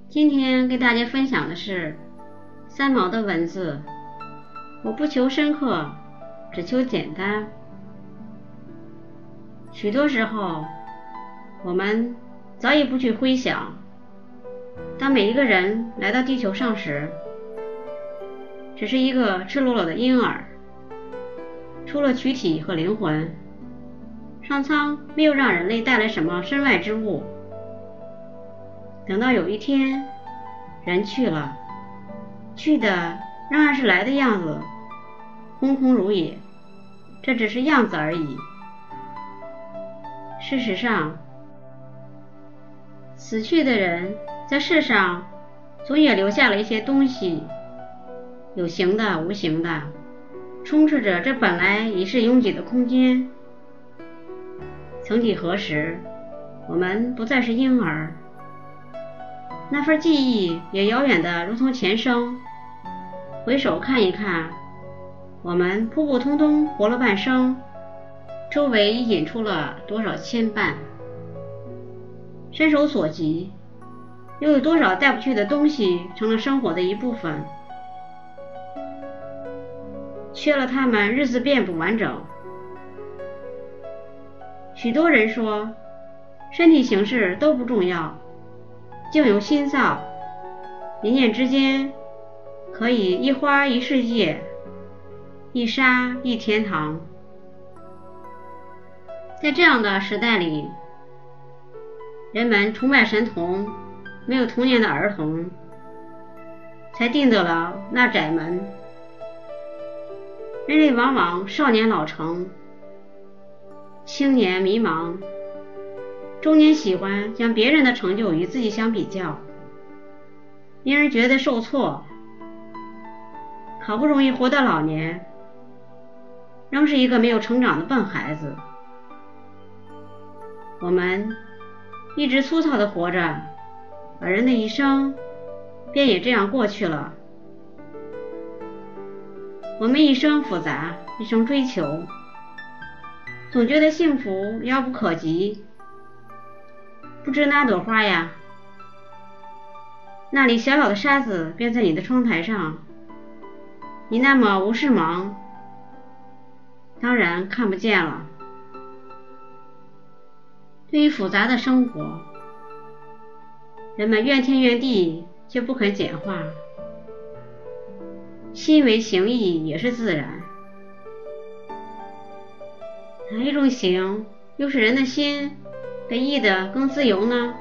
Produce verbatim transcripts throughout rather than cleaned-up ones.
今天给大家分享的是三毛的文字。我不求深刻，只求简单。许多时候，我们早已不去回想，当每一个人来到地球上时，只是一个赤裸裸的婴儿，除了躯体和灵魂，上苍没有让人类带来什么身外之物。等到有一天人去了，去的仍然是来的样子，空空如也，这只是样子而已。事实上，死去的人在世上总也留下了一些东西，有形的无形的，充斥着这本来已是拥挤的空间。曾几何时，我们不再是婴儿，那份记忆也遥远的如同前生。回首看一看，我们普普通通活了半生，周围引出了多少牵绊，伸手所及，又有多少带不去的东西成了生活的一部分。缺了它们，日子便不完整。许多人说身体形式都不重要，境由心造，一念之间可以一花一世界，一沙一天堂。在这样的时代里，人们崇拜神童，没有童年的儿童，才定得了那窄门。人类往往少年老成，青年迷茫，中年喜欢将别人的成就与自己相比较，因而觉得受挫。好不容易活到老年，仍是一个没有成长的笨孩子。我们一直粗糙地活着，而人的一生便也这样过去了。我们一生复杂，一生追求，总觉得幸福遥不可及。不知哪朵花呀，那里小小的沙子便在你的窗台上，你那么无事忙，当然看不见了。对于复杂的生活，人们怨天怨地，却不肯简化。心为形意也是自然，哪一种形又是人的心被意得更自由呢？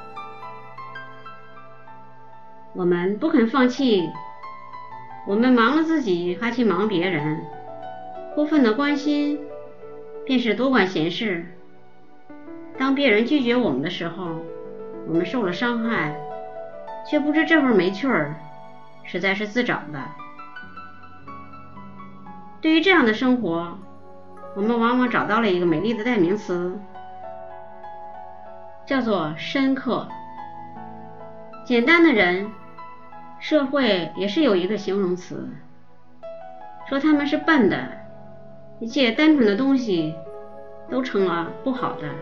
我们不肯放弃，我们忙了自己，还去忙别人，过分的关心便是多管闲事。当别人拒绝我们的时候，我们受了伤害，却不知这份没趣儿实在是自找的。对于这样的生活，我们往往找到了一个美丽的代名词，叫做深刻。简单的人，社会也是有一个形容词，说他们是笨的，一切单纯的东西都成了不好的。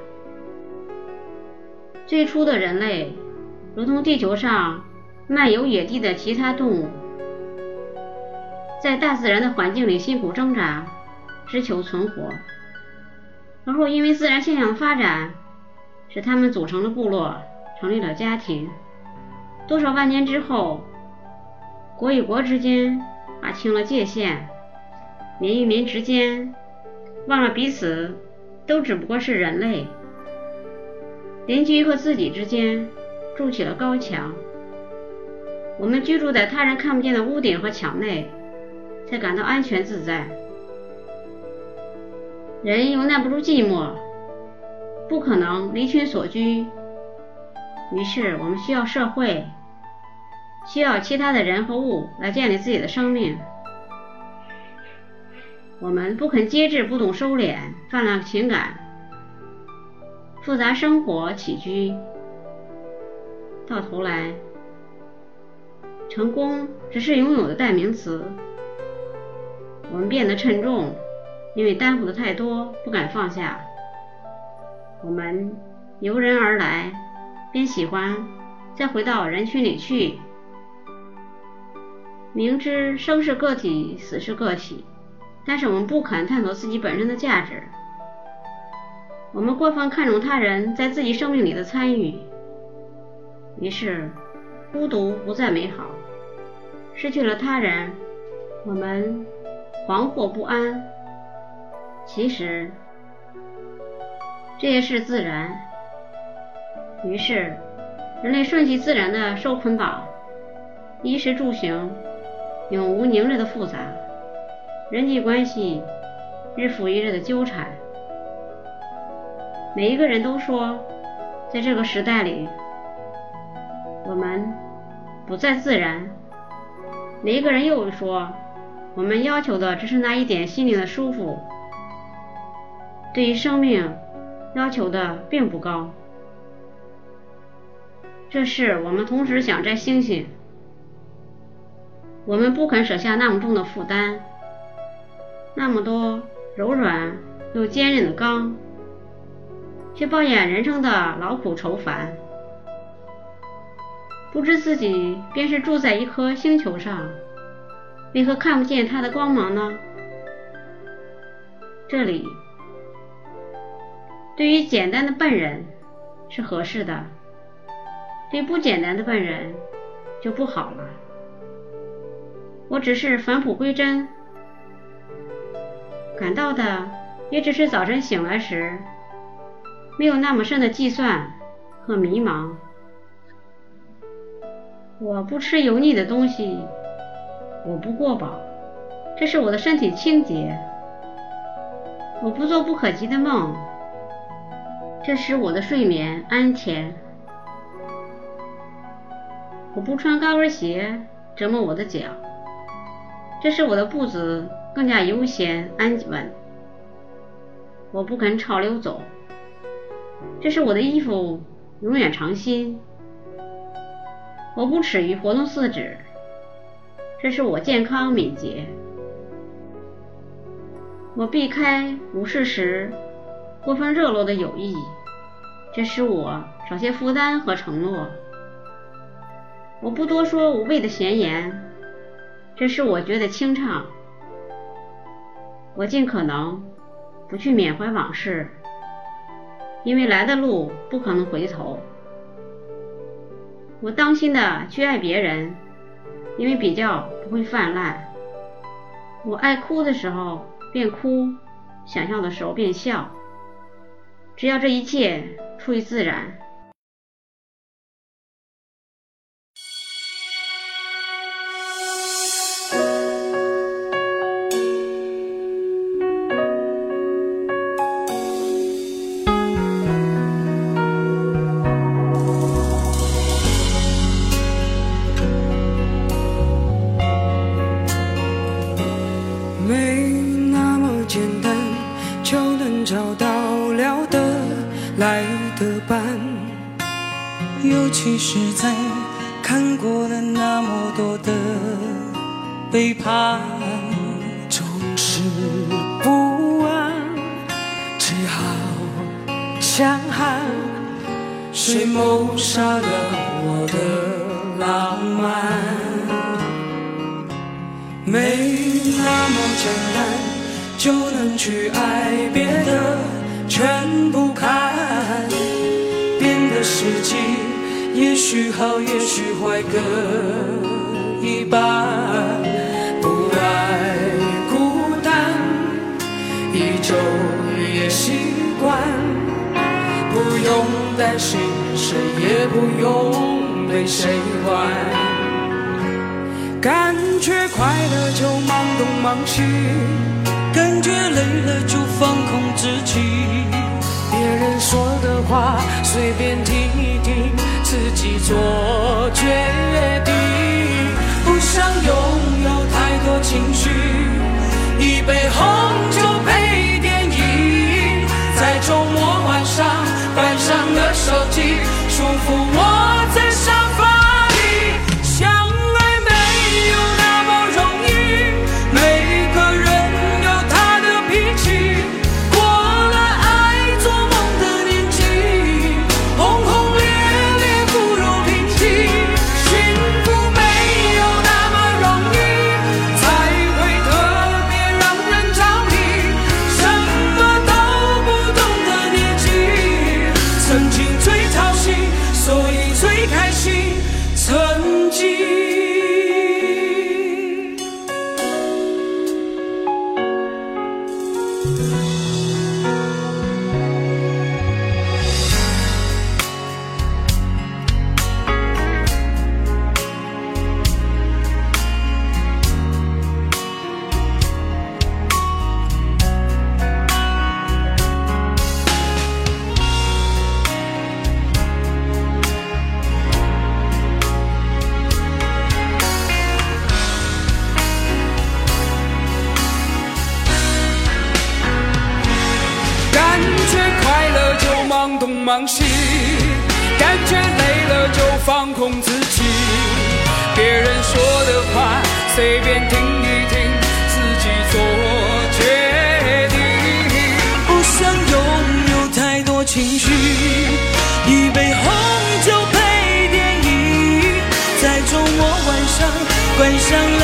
最初的人类如同地球上漫游野地的其他动物，在大自然的环境里辛苦挣扎，只求存活。而后因为自然现象的发展，使他们组成了部落，成立了家庭。多少万年之后，国与国之间划清了界限，民与民之间忘了彼此都只不过是人类。邻居和自己之间筑起了高墙，我们居住在他人看不见的屋顶和墙内，才感到安全自在。人又耐不住寂寞，不可能离群所居，于是我们需要社会，需要其他的人和物来建立自己的生命。我们不肯节制，不懂收敛，泛滥情感，复杂生活起居，到头来，成功只是拥有的代名词。我们变得沉重，因为担负的太多，不敢放下。我们由人而来，便喜欢再回到人群里去。明知生是个体，死是个体，但是我们不肯探索自己本身的价值。我们过分看重他人在自己生命里的参与，于是孤独不再美好，失去了他人，我们惶惑不安。其实这也是自然，于是人类顺其自然的受捆绑，衣食住行永无宁日的复杂，人际关系日复一日的纠缠。每一个人都说，在这个时代里，我们不再自然。每一个人又说，我们要求的只是那一点心灵的舒服，对于生命要求的并不高。这是我们同时想摘星星，我们不肯舍下那么重的负担，那么多柔软又坚韧的钢，却抱怨人生的劳苦愁烦，不知自己便是住在一颗星球上，为何看不见它的光芒呢？这里对于简单的笨人是合适的，对不简单的笨人就不好了。我只是返璞归真，感到的也只是早晨醒来时没有那么深的计算和迷茫。我不吃油腻的东西，我不过饱，这是我的身体清洁。我不做不可及的梦，这使我的睡眠安恬。我不穿高跟鞋折磨我的脚，这使我的步子更加悠闲安稳。我不跟潮流走，这是我的衣服永远常新。我不耻于活动四肢，这是我健康敏捷。我避开无事时过分热络的友谊，这使我少些负担和承诺。我不多说无谓的闲言，这使我觉得清畅。我尽可能不去缅怀往事，因为来的路不可能回头。我当心的去爱别人，因为比较不会泛滥。我爱哭的时候便哭，想笑的时候便笑，只要这一切出于自然。 找到了的来的伴，尤其是在看过了那么多的背叛，总是不安，只好强悍，谁谋杀了我的浪漫？没那么简单就能去爱，别的全不看。变的时机也许好也许坏各一半，不爱孤单一周也习惯，不用担心谁也不用被谁管，感觉快乐就忙东忙西，感觉累了就放空自己，别人说的话随便听一听，自己做决定，不想拥有太多情绪，一杯红酒配电影，在周末晚上关上了手机，舒服我在沙发里，相爱没有那么容易，每个人红红烈烈不如平静， 忙兮，感觉累了就放空自己，别人说的话随便听一听，自己做决定。不想拥有太多情绪，一杯红酒配电影，在周末晚上关上